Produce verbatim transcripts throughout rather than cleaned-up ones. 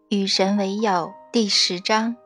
与神为友第十章。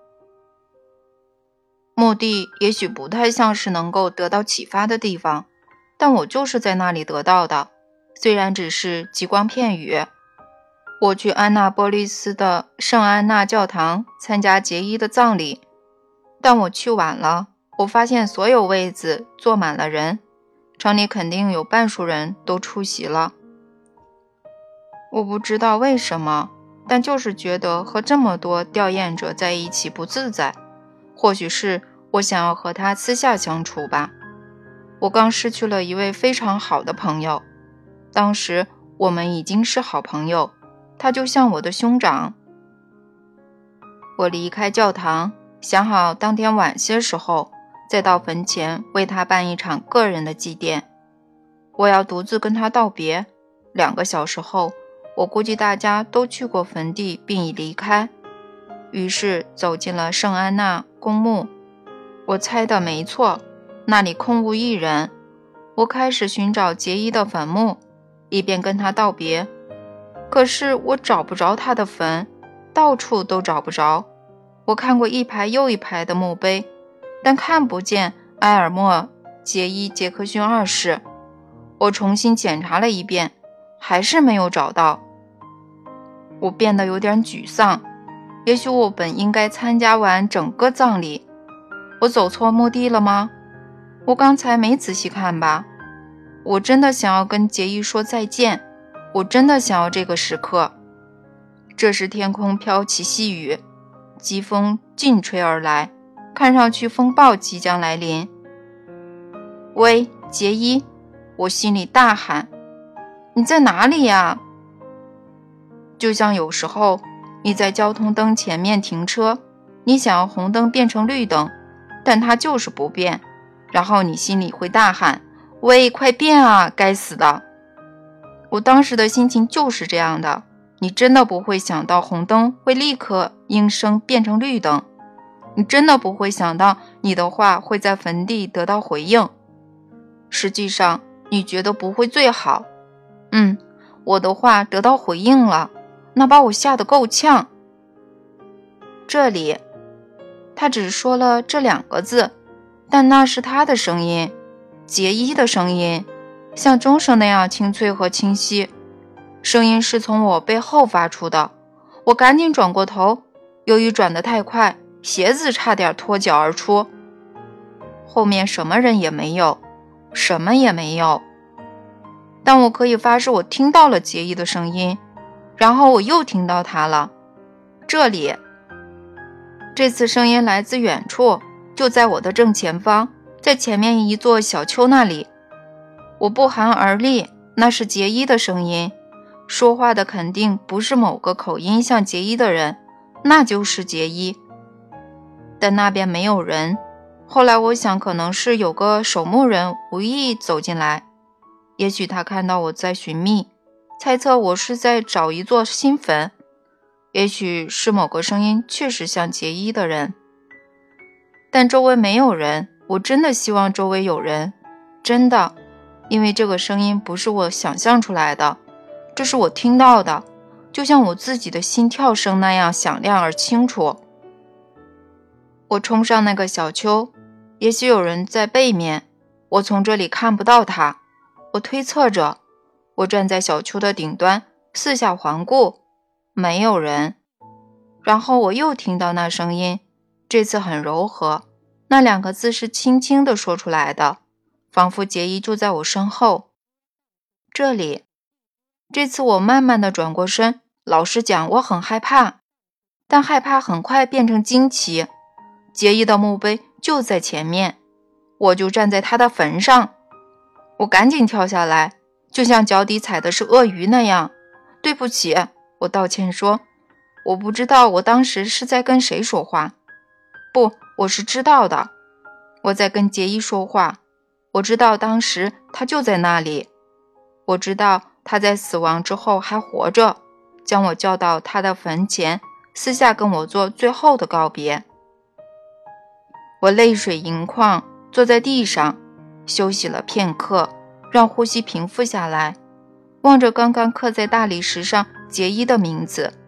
墓地也许不太像是能够得到启发的地方，但我就是在那里得到的，虽然只是极光片语。我去安娜波利斯的圣安娜教堂参加杰伊的葬礼，但我去晚了，我发现所有位子坐满了人，城里肯定有半数人都出席了。我不知道为什么，但就是觉得和这么多吊唁者在一起不自在，或许是我想要和他私下相处吧。我刚失去了一位非常好的朋友，当时我们已经是好朋友，他就像我的兄长。我离开教堂，想好当天晚些时候再到坟前为他办一场个人的祭奠。我要独自跟他道别，两个小时后我估计大家都去过坟地并已离开，于是走进了圣安娜公墓。我猜的没错，那里空无一人。我开始寻找杰伊的坟墓，以便跟他道别。可是我找不着他的坟，到处都找不着。我看过一排又一排的墓碑，但看不见埃尔默杰伊杰克逊二世。我重新检查了一遍，还是没有找到。我变得有点沮丧，也许我本应该参加完整个葬礼。我走错墓地了吗？我刚才没仔细看吧。我真的想要跟杰伊说再见，我真的想要这个时刻。这时天空飘起细雨，疾风劲吹而来，看上去风暴即将来临。喂，杰伊！我心里大喊，你在哪里呀？就像有时候你在交通灯前面停车，你想要红灯变成绿灯，但它就是不变，然后你心里会大喊，喂，快变啊，该死的！我当时的心情就是这样的，你真的不会想到红灯会立刻应声变成绿灯，你真的不会想到你的话会在坟地得到回应。实际上你觉得不会最好。嗯，我的话得到回应了，那把我吓得够呛。这里，他只说了这两个字，但那是他的声音，杰伊的声音，像钟声那样清脆和清晰。声音是从我背后发出的，我赶紧转过头，由于转得太快，鞋子差点脱脚而出。后面什么人也没有，什么也没有。但我可以发誓我听到了杰伊的声音，然后我又听到他了。这里，这次声音来自远处，就在我的正前方，在前面一座小丘那里。我不寒而栗，那是杰伊的声音，说话的肯定不是某个口音像杰伊的人，那就是杰伊。但那边没有人，后来我想可能是有个守墓人无意走进来，也许他看到我在寻觅，猜测我是在找一座新坟，也许是某个声音确实像杰伊的人。但周围没有人，我真的希望周围有人，真的，因为这个声音不是我想象出来的，这是我听到的，就像我自己的心跳声那样响亮而清楚。我冲上那个小丘，也许有人在背面，我从这里看不到他。我推测着，我站在小丘的顶端，四下环顾，没有人。然后我又听到那声音，这次很柔和，那两个字是轻轻地说出来的，仿佛杰伊就在我身后。这里。这次我慢慢地转过身，老实讲，我很害怕，但害怕很快变成惊奇。杰伊的墓碑就在前面，我就站在他的坟上。我赶紧跳下来，就像脚底踩的是鳄鱼那样。对不起，我道歉说，我不知道我当时是在跟谁说话。不，我是知道的，我在跟杰伊说话。我知道当时他就在那里，我知道他在死亡之后还活着，将我叫到他的坟前，私下跟我做最后的告别。我泪水盈眶，坐在地上休息了片刻，让呼吸平复下来，望着刚刚刻在大理石上杰伊的名字。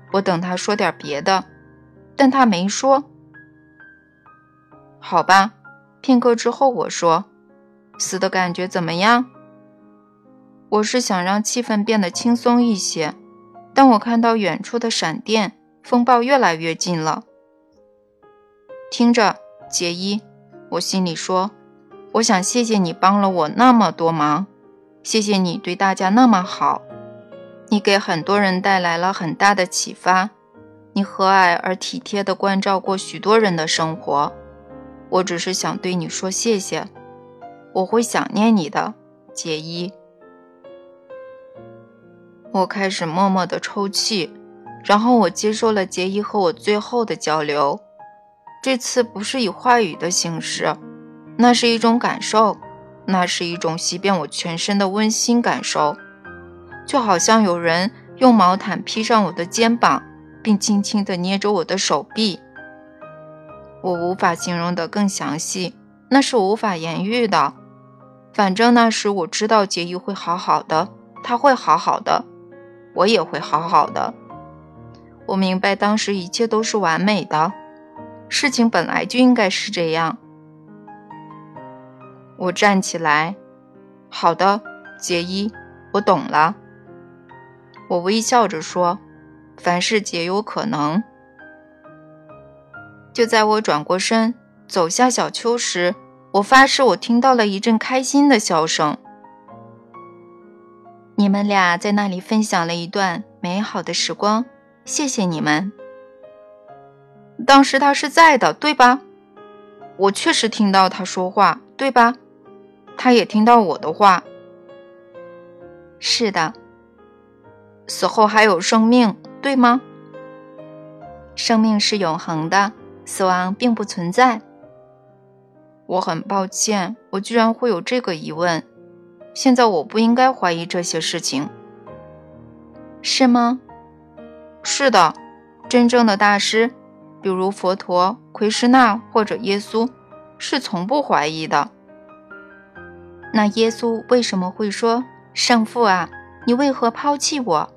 我等他说点别的，但他没说。好吧，片刻之后我说，死的感觉怎么样？我是想让气氛变得轻松一些，但我看到远处的闪电，风暴越来越近了。听着，杰伊，我心里说，我想谢谢你帮了我那么多忙，谢谢你对大家那么好，你给很多人带来了很大的启发，你和蔼而体贴地关照过许多人的生活。我只是想对你说谢谢，我会想念你的，杰伊。我开始默默地抽泣，然后我接受了杰伊和我最后的交流。这次不是以话语的形式，那是一种感受，那是一种袭遍我全身的温馨感受，就好像有人用毛毯披上我的肩膀，并轻轻地捏着我的手臂。我无法形容得更详细，那是无法言喻的。反正那时我知道杰伊会好好的，他会好好的，我也会好好的。我明白当时一切都是完美的，事情本来就应该是这样。我站起来，好的，杰伊，我懂了。我微笑着说，凡事皆有可能。就在我转过身走下小丘时，我发誓我听到了一阵开心的笑声。你们俩在那里分享了一段美好的时光，谢谢你们。当时他是在的，对吧？我确实听到他说话，对吧？他也听到我的话。是的。死后还有生命，对吗？生命是永恒的，死亡并不存在。我很抱歉，我居然会有这个疑问。现在我不应该怀疑这些事情。是吗？是的，真正的大师，比如佛陀、奎师那或者耶稣，是从不怀疑的。那耶稣为什么会说，圣父啊，你为何抛弃我？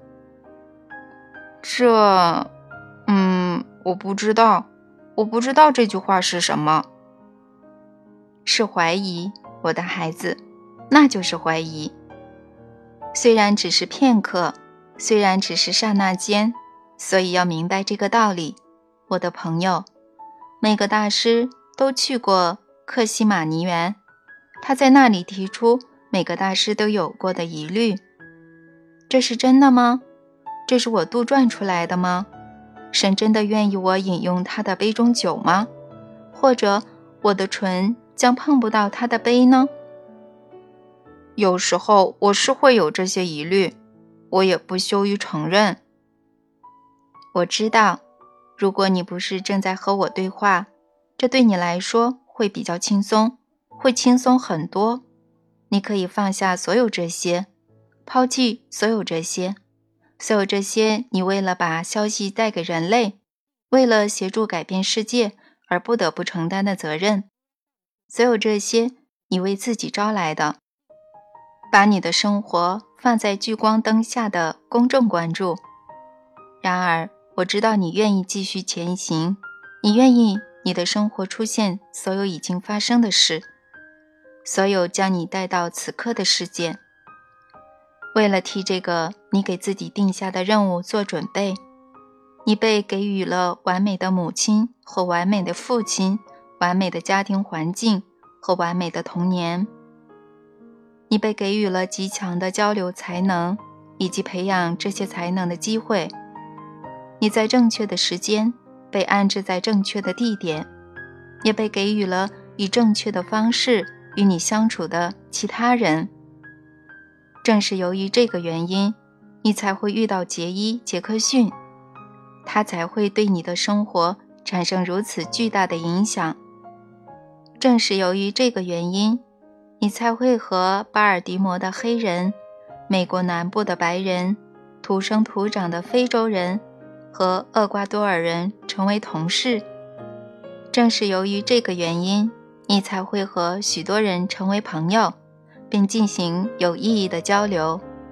这，嗯，我不知道，我不知道这句话是什么。是怀疑，我的孩子，那就是怀疑。虽然只是片刻，虽然只是刹那间，所以要明白这个道理，我的朋友。每个大师都去过克西马尼园，他在那里提出每个大师都有过的疑虑。这是真的吗？这是我杜撰出来的吗？神真的愿意我饮用他的杯中酒吗？或者我的唇将碰不到他的杯呢？有时候我是会有这些疑虑，我也不羞于承认。我知道，如果你不是正在和我对话，这对你来说会比较轻松，会轻松很多。你可以放下所有这些，抛弃所有这些，所有这些你为了把消息带给人类，为了协助改变世界而不得不承担的责任，所有这些你为自己招来的。把你的生活放在聚光灯下的公众关注。然而，我知道你愿意继续前行，你愿意你的生活出现所有已经发生的事，所有将你带到此刻的事件。为了替这个你给自己定下的任务做准备，你被给予了完美的母亲和完美的父亲，完美的家庭环境和完美的童年。你被给予了极强的交流才能，以及培养这些才能的机会。你在正确的时间被安置在正确的地点，也被给予了以正确的方式与你相处的其他人。正是由于这个原因，你才会遇到杰伊·杰克逊，他才会对你的生活产生如此巨大的影响。正是由于这个原因，你才会和巴尔的摩的黑人、美国南部的白人、土生土长的非洲人和厄瓜多尔人成为同事。正是由于这个原因，你才会和许多人成为朋友，并进行有意义的交流。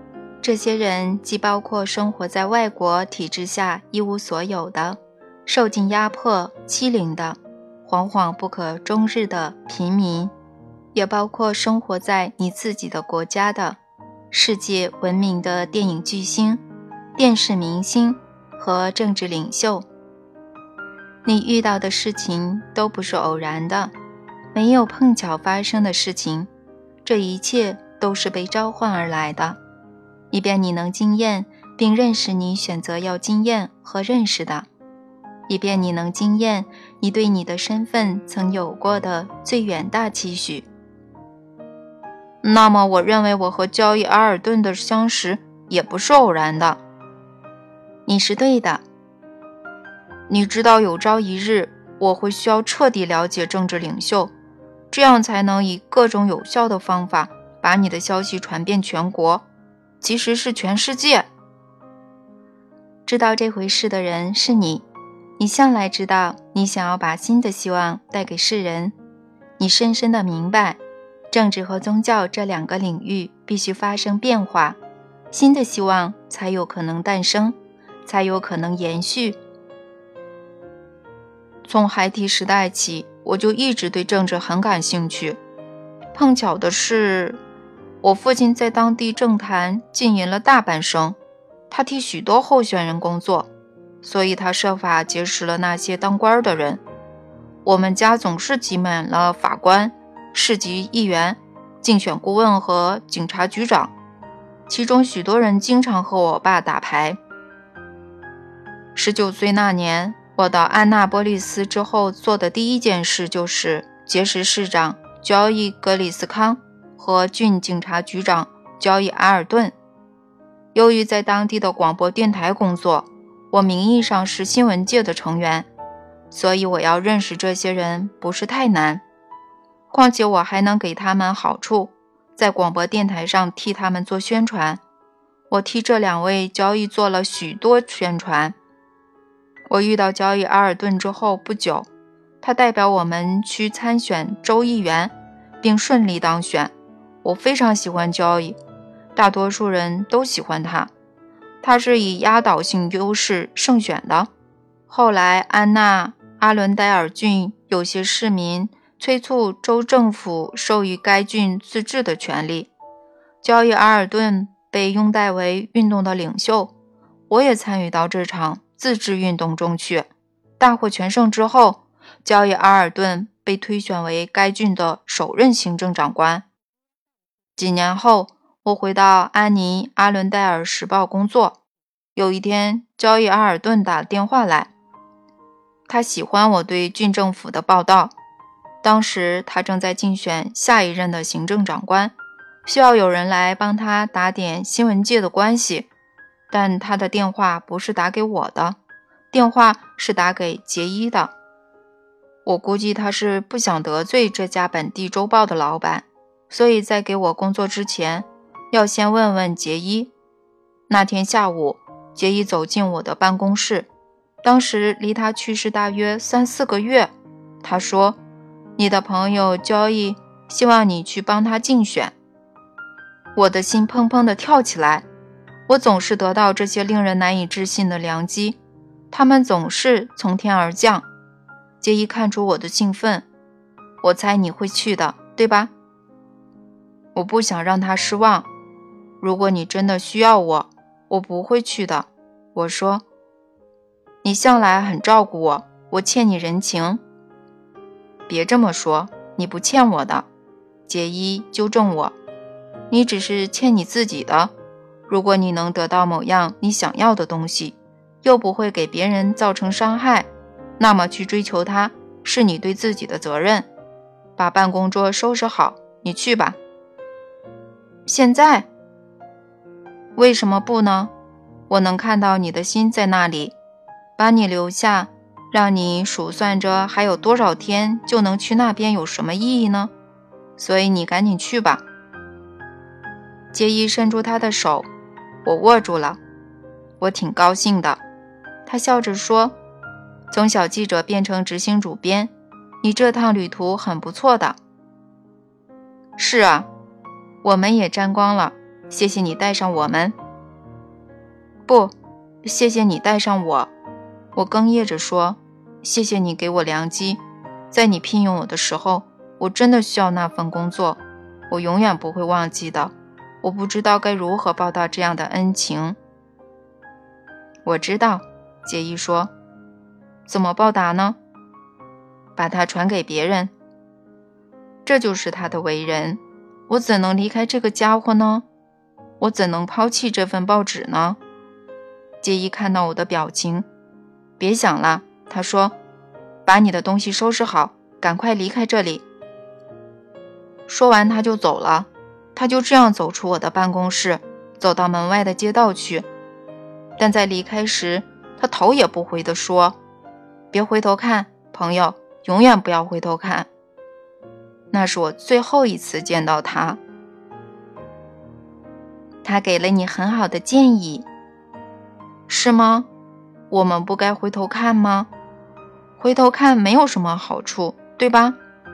这些人既包括生活在外国体制下一无所有的、受尽压迫、欺凌的、惶惶不可终日的平民，也包括生活在你自己的国家的世界闻名的电影巨星、电视明星和政治领袖。你遇到的事情都不是偶然的，没有碰巧发生的事情，这一切都是被召唤而来的，以便你能经验并认识你选择要经验和认识的，以便你能经验你对你的身份曾有过的最远大期许。那么我认为我和交易阿尔顿的相识也不是偶然的。你是对的。你知道有朝一日我会需要彻底了解政治领袖，这样才能以各种有效的方法把你的消息传遍全国，其实是全世界。知道这回事的人是你，你向来知道你想要把新的希望带给世人，你深深地明白政治和宗教这两个领域必须发生变化，新的希望才有可能诞生，才有可能延续。从孩提时代起，我就一直对政治很感兴趣。碰巧的是，我父亲在当地政坛经营了大半生，他替许多候选人工作，所以他设法结识了那些当官的人。我们家总是挤满了法官、市级议员、竞选顾问和警察局长，其中许多人经常和我爸打牌。十九岁那年，我到安纳波利斯之后做的第一件事就是结识市长交易格里斯康和郡警察局长交易阿尔顿。由于在当地的广播电台工作，我名义上是新闻界的成员，所以我要认识这些人不是太难。况且我还能给他们好处，在广播电台上替他们做宣传。我替这两位交易做了许多宣传。我遇到交易阿尔顿之后不久，他代表我们去参选州议员，并顺利当选。我非常喜欢交易，大多数人都喜欢他，他是以压倒性优势胜选的。后来安娜阿伦戴尔郡有些市民催促州政府授予该郡自治的权利，交易阿尔顿被拥戴为运动的领袖。我也参与到这场自治运动中去。大获全胜之后，交易阿尔顿被推选为该郡的首任行政长官。几年后，我回到安妮阿伦戴尔时报工作。有一天，交易阿尔顿打电话来，他喜欢我对郡政府的报道。当时他正在竞选下一任的行政长官，需要有人来帮他打点新闻界的关系，但他的电话不是打给我的，电话是打给杰伊的。我估计他是不想得罪这家本地周报的老板，所以在给我工作之前，要先问问杰伊。那天下午，杰伊走进我的办公室，当时离他去世大约三四个月。他说，你的朋友交易希望你去帮他竞选。我的心砰砰地跳起来，我总是得到这些令人难以置信的良机，他们总是从天而降。杰伊看出我的兴奋，我猜你会去的，对吧？我不想让他失望。如果你真的需要我，我不会去的。我说，你向来很照顾我，我欠你人情。别这么说，你不欠我的。杰伊纠正我，你只是欠你自己的。如果你能得到某样你想要的东西，又不会给别人造成伤害，那么去追求它是你对自己的责任。把办公桌收拾好，你去吧。现在？为什么不呢？我能看到你的心在那里，把你留下，让你数算着还有多少天就能去那边有什么意义呢？所以你赶紧去吧。杰伊伸出他的手，我握住了。我挺高兴的。他笑着说，从小记者变成执行主编，你这趟旅途很不错的。是啊，我们也沾光了，谢谢你带上我们。 不，谢谢你带上我。我哽咽着说，谢谢你给我良机，在你聘用我的时候，我真的需要那份工作，我永远不会忘记的。我不知道该如何报答这样的恩情。我知道，杰伊说，怎么报答呢？把它传给别人。这就是他的为人，我怎能离开这个家伙呢？我怎能抛弃这份报纸呢？杰伊看到我的表情，别想了，他说，把你的东西收拾好，赶快离开这里。说完他就走了，他就这样走出我的办公室，走到门外的街道去。但在离开时，他头也不回地说，别回头看，朋友，永远不要回头看。那是我最后一次见到他。他给了你很好的建议。是吗？我们不该回头看吗？回头看没有什么好处，对吧？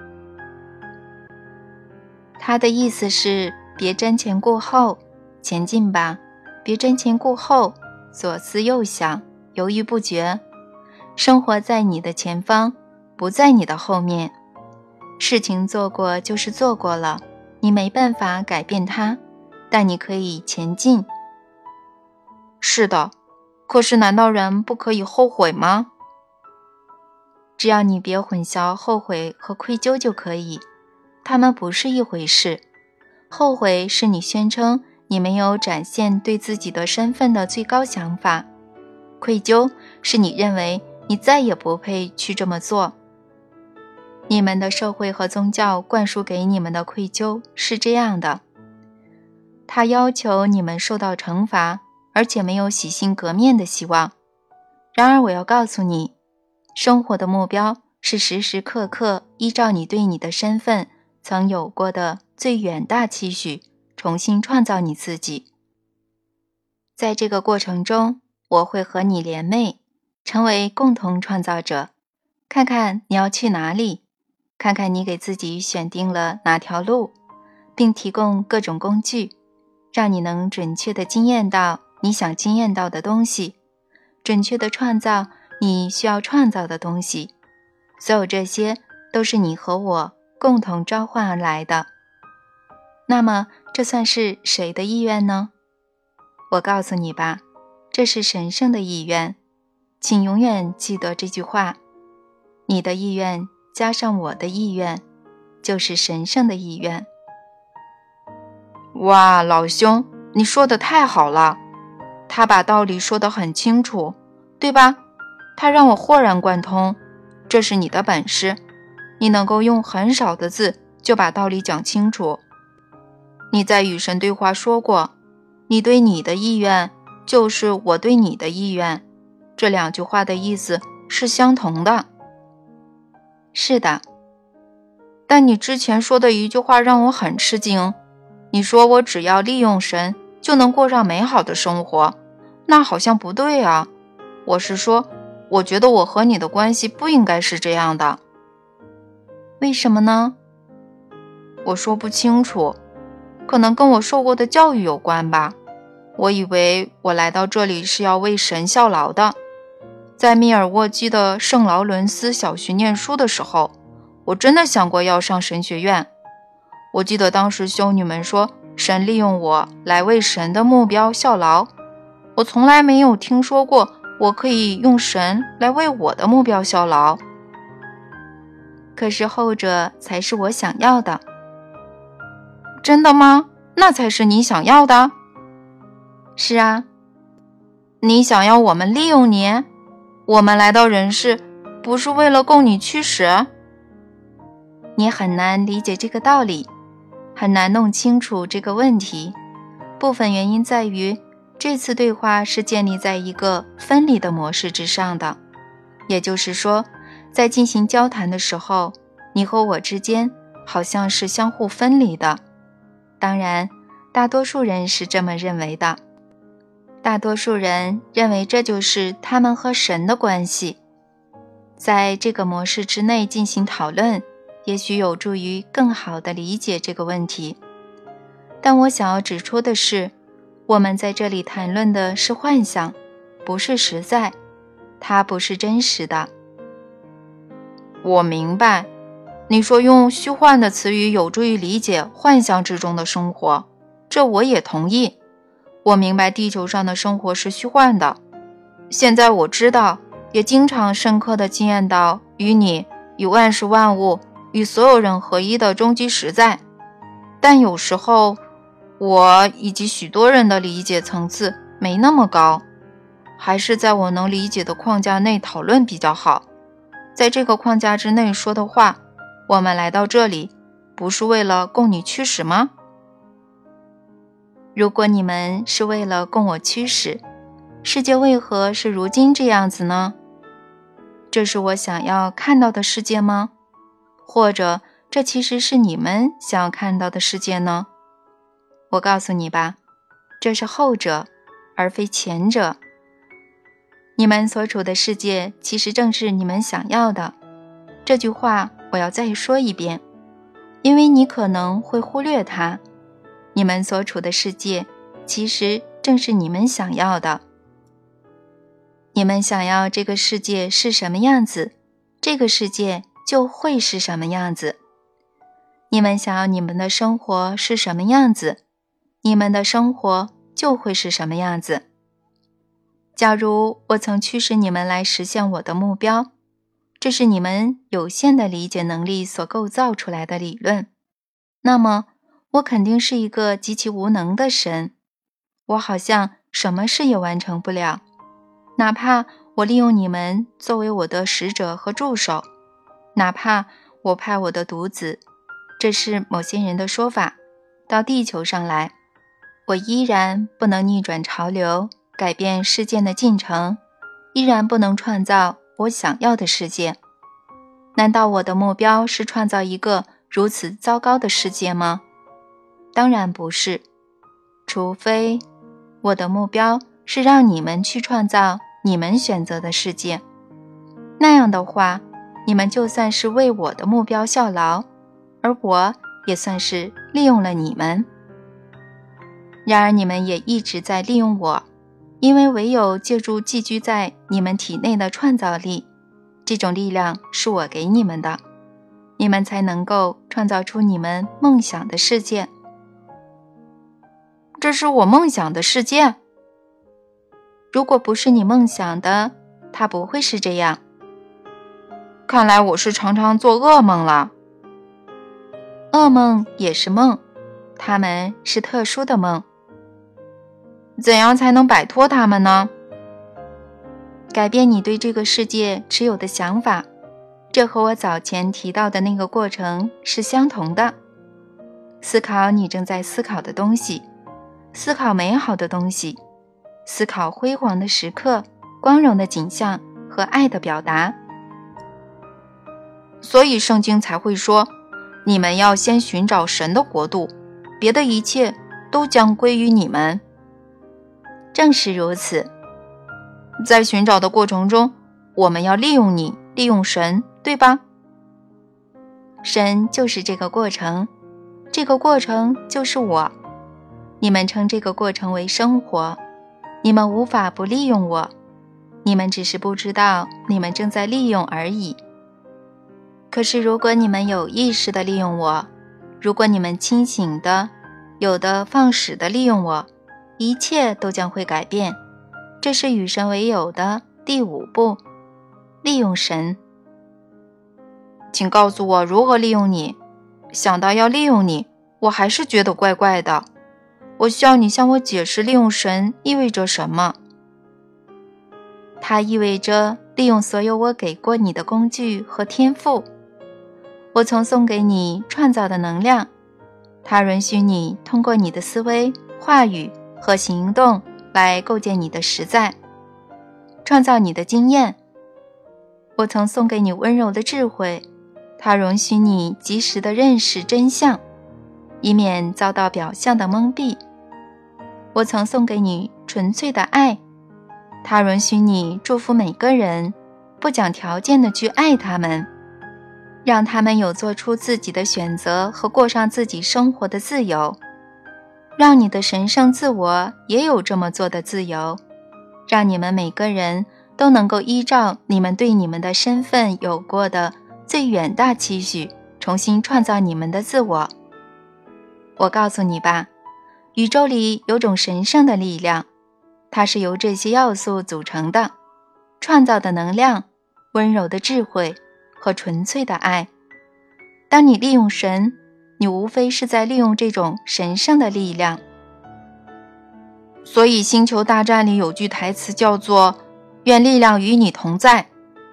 他的意思是，别瞻前顾后，前进吧，别瞻前顾后，左思右想，犹豫不决。生活在你的前方，不在你的后面。事情做过就是做过了，你没办法改变它，但你可以前进。是的，可是难道人不可以后悔吗？只要你别混淆后悔和愧疚就可以，它们不是一回事。后悔是你宣称你没有展现对自己的身份的最高想法，愧疚是你认为你再也不配去这么做。你们的社会和宗教灌输给你们的愧疚是这样的，它要求你们受到惩罚，而且没有洗心革面的希望。然而我要告诉你，生活的目标是时时刻刻依照你对你的身份曾有过的最远大期许，重新创造你自己。在这个过程中，我会和你联袂，成为共同创造者。看看你要去哪里，看看你给自己选定了哪条路，并提供各种工具，让你能准确地经验到你想经验到的东西，准确地创造你需要创造的东西。所有这些都是你和我共同召唤而来的。那么这算是谁的意愿呢？我告诉你吧，这是神圣的意愿。请永远记得这句话，你的意愿加上我的意愿，就是神圣的意愿。哇，老兄，你说得太好了，他把道理说得很清楚，对吧？他让我豁然贯通，这是你的本事，你能够用很少的字就把道理讲清楚。你在与神对话说过，你对你的意愿就是我对你的意愿，这两句话的意思是相同的。是的，但你之前说的一句话让我很吃惊，你说我只要利用神就能过上美好的生活，那好像不对啊。我是说，我觉得我和你的关系不应该是这样的。为什么呢？我说不清楚，可能跟我受过的教育有关吧。我以为我来到这里是要为神效劳的。在密尔沃基的圣劳伦斯小学念书的时候，我真的想过要上神学院。我记得当时修女们说，神利用我来为神的目标效劳。我从来没有听说过我可以用神来为我的目标效劳。可是后者才是我想要的。真的吗？那才是你想要的？是啊。你想要我们利用你？我们来到人世不是为了供你驱使？你很难理解这个道理，很难弄清楚这个问题。部分原因在于，这次对话是建立在一个分离的模式之上的，也就是说，在进行交谈的时候，你和我之间好像是相互分离的。当然，大多数人是这么认为的。大多数人认为这就是他们和神的关系。在这个模式之内进行讨论，也许有助于更好地理解这个问题。但我想要指出的是， 我们在这里谈论的是幻想，不是实在，它不是真实的。我明白，你说用虚幻的词语有助于理解幻象之中的生活，这我也同意。我明白地球上的生活是虚幻的，现在我知道，也经常深刻地经验到与你、与万事万物、与所有人合一的终极实在。但有时候，我以及许多人的理解层次没那么高，还是在我能理解的框架内讨论比较好。在这个框架之内说的话，我们来到这里，不是为了供你驱使吗？如果你们是为了供我驱使，世界为何是如今这样子呢？这是我想要看到的世界吗？或者这其实是你们想要看到的世界呢？我告诉你吧，这是后者，而非前者。你们所处的世界其实正是你们想要的。这句话我要再说一遍，因为你可能会忽略它。你们所处的世界其实正是你们想要的。你们想要这个世界是什么样子，这个世界就会是什么样子。你们想要你们的生活是什么样子，你们的生活就会是什么样子。假如我曾驱使你们来实现我的目标，这是你们有限的理解能力所构造出来的理论，那么我肯定是一个极其无能的神。我好像什么事也完成不了，哪怕我利用你们作为我的使者和助手，哪怕我派我的独子，这是某些人的说法，到地球上来，我依然不能逆转潮流，改变事件的进程，依然不能创造我想要的世界。难道我的目标是创造一个如此糟糕的世界吗？当然不是，除非我的目标是让你们去创造你们选择的世界。那样的话，你们就算是为我的目标效劳，而我也算是利用了你们。然而你们也一直在利用我，因为唯有借助寄居在你们体内的创造力，这种力量是我给你们的，你们才能够创造出你们梦想的世界。这是我梦想的世界？如果不是你梦想的，它不会是这样。看来我是常常做噩梦了。噩梦也是梦，它们是特殊的梦。怎样才能摆脱它们呢？改变你对这个世界持有的想法，这和我早前提到的那个过程是相同的。思考你正在思考的东西，思考美好的东西，思考辉煌的时刻、光荣的景象和爱的表达。所以圣经才会说，你们要先寻找神的国度，别的一切都将归于你们。正是如此，在寻找的过程中，我们要利用你，利用神，对吧？神就是这个过程，这个过程就是我。你们称这个过程为生活，你们无法不利用我，你们只是不知道你们正在利用而已。可是如果你们有意识地利用我，如果你们清醒的、有的放矢地利用我，一切都将会改变。这是与神为友的第五步，利用神。请告诉我如何利用你。想到要利用你，我还是觉得怪怪的。我需要你向我解释利用神意味着什么。它意味着利用所有我给过你的工具和天赋。我曾送给你创造的能量，它允许你通过你的思维、话语和行动来构建你的实在，创造你的经验。我曾送给你温柔的智慧，它容许你及时地认识真相，以免遭到表象的蒙蔽。我曾送给你纯粹的爱，它允许你祝福每个人，不讲条件地去爱他们，让他们有做出自己的选择和过上自己生活的自由。 让你的神圣自我也有这么做的自由，让你们每个人都能够依照你们对你们的身份有过的最远大期许，重新创造你们的自我。我告诉你吧，宇宙里有种神圣的力量，它是由这些要素组成的：创造的能量、温柔的智慧和纯粹的爱。当你利用神，你无非是在利用这种神圣的力量。所以星球大战里有句台词叫做愿力量与你同在。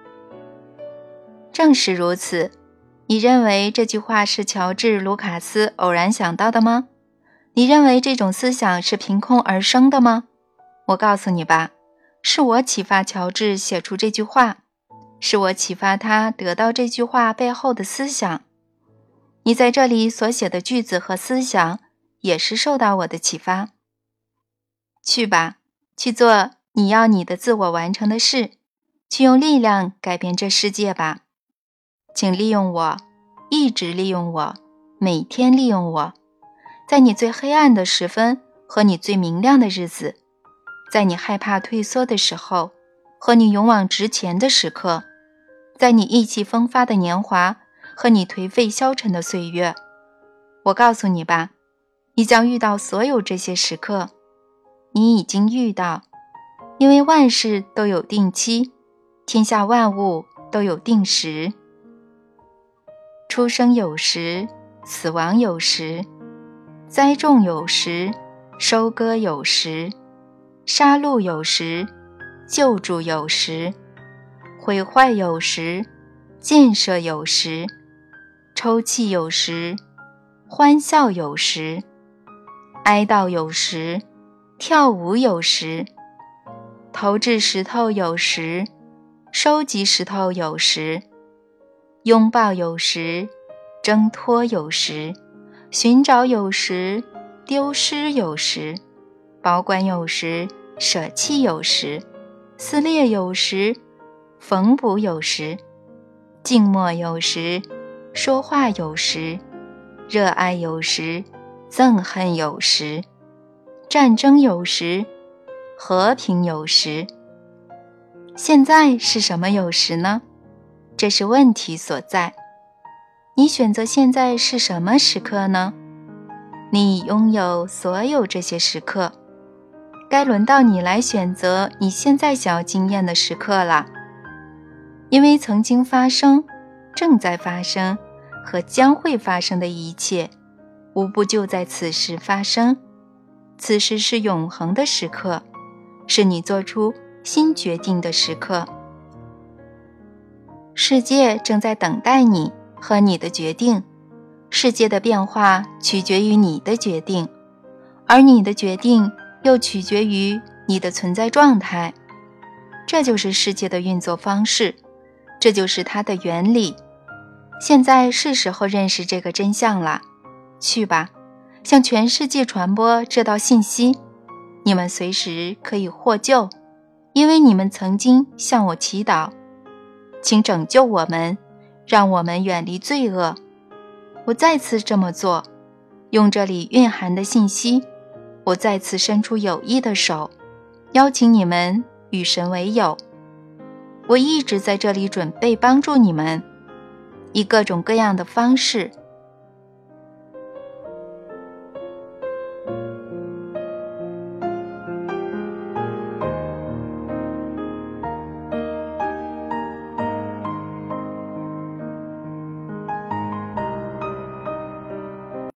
正是如此，你认为这句话是乔治·卢卡斯偶然想到的吗？你认为这种思想是凭空而生的吗？我告诉你吧，是我启发乔治写出这句话，是我启发他得到这句话背后的思想。你在这里所写的句子和思想也是受到我的启发。去吧，去做你要你的自我完成的事，去用力量改变这世界吧。请利用我，一直利用我，每天利用我，在你最黑暗的时分和你最明亮的日子，在你害怕退缩的时候和你勇往直前的时刻，在你意气风发的年华和你颓废消沉的岁月。我告诉你吧，你将遇到所有这些时刻，你已经遇到，因为万事都有定期，天下万物都有定时。出生有时，死亡有时，栽种有时，收割有时，杀戮有时，救助有时，毁坏有时，建设有时，抽泣有时，欢笑有时，哀悼有时，跳舞有时，投掷石头有时，收集石头有时，拥抱有时，挣脱有时，寻找有时，丢失有时，保管有时，舍弃有时，撕裂有时，缝补有时，静默有时，说话有时，热爱有时，憎恨有时，战争有时，和平有时。现在是什么有时呢？这是问题所在。你选择现在是什么时刻呢？你已拥有所有这些时刻，该轮到你来选择你现在想要经验的时刻了。因为曾经发生、正在发生和将会发生的一切，无不就在此时发生。此时是永恒的时刻，是你做出新决定的时刻。世界正在等待你和你的决定，世界的变化取决于你的决定，而你的决定又取决于你的存在状态。这就是世界的运作方式，这就是它的原理。现在是时候认识这个真相了。去吧，向全世界传播这道信息。你们随时可以获救，因为你们曾经向我祈祷。请拯救我们，让我们远离罪恶。我再次这么做，用这里蕴含的信息，我再次伸出友谊的手，邀请你们与神为友。我一直在这里准备帮助你们，以各种各样的方式，